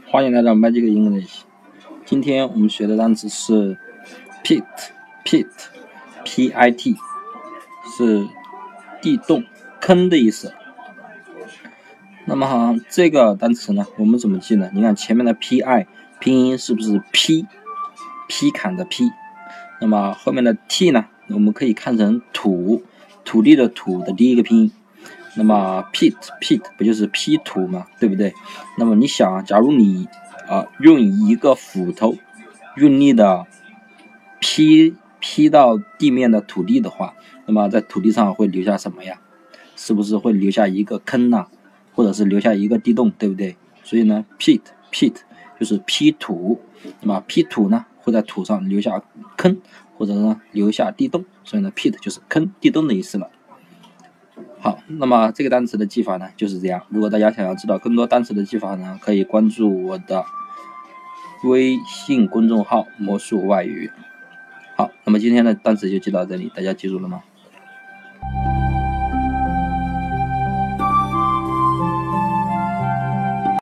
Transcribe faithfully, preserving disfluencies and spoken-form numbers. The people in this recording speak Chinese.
欢迎来到 Magic English。今天我们学的单词是 pit pit p i t， 是地洞、坑的意思。那么哈，这个单词呢，我们怎么记呢？你看前面的 pi 拼音是不是劈劈砍的劈？那么后面的 t 呢，我们可以看成土土地的土的第一个拼音。那么 pit pit 不就是劈土吗？对不对？那么你想啊，假如你啊用一个斧头用力的劈劈到地面的土地的话，那么在土地上会留下什么呀？是不是会留下一个坑呢、啊？或者是留下一个地洞，对不对？所以呢 pit pit 就是劈土，那么劈土呢会在土上留下坑，或者呢留下地洞，所以呢 pit 就是坑地洞的意思了。好，那么这个单词的记法呢就是这样。如果大家想要知道更多单词的记法呢，可以关注我的微信公众号魔术外语。好，那么今天的单词就记到这里，大家记住了吗？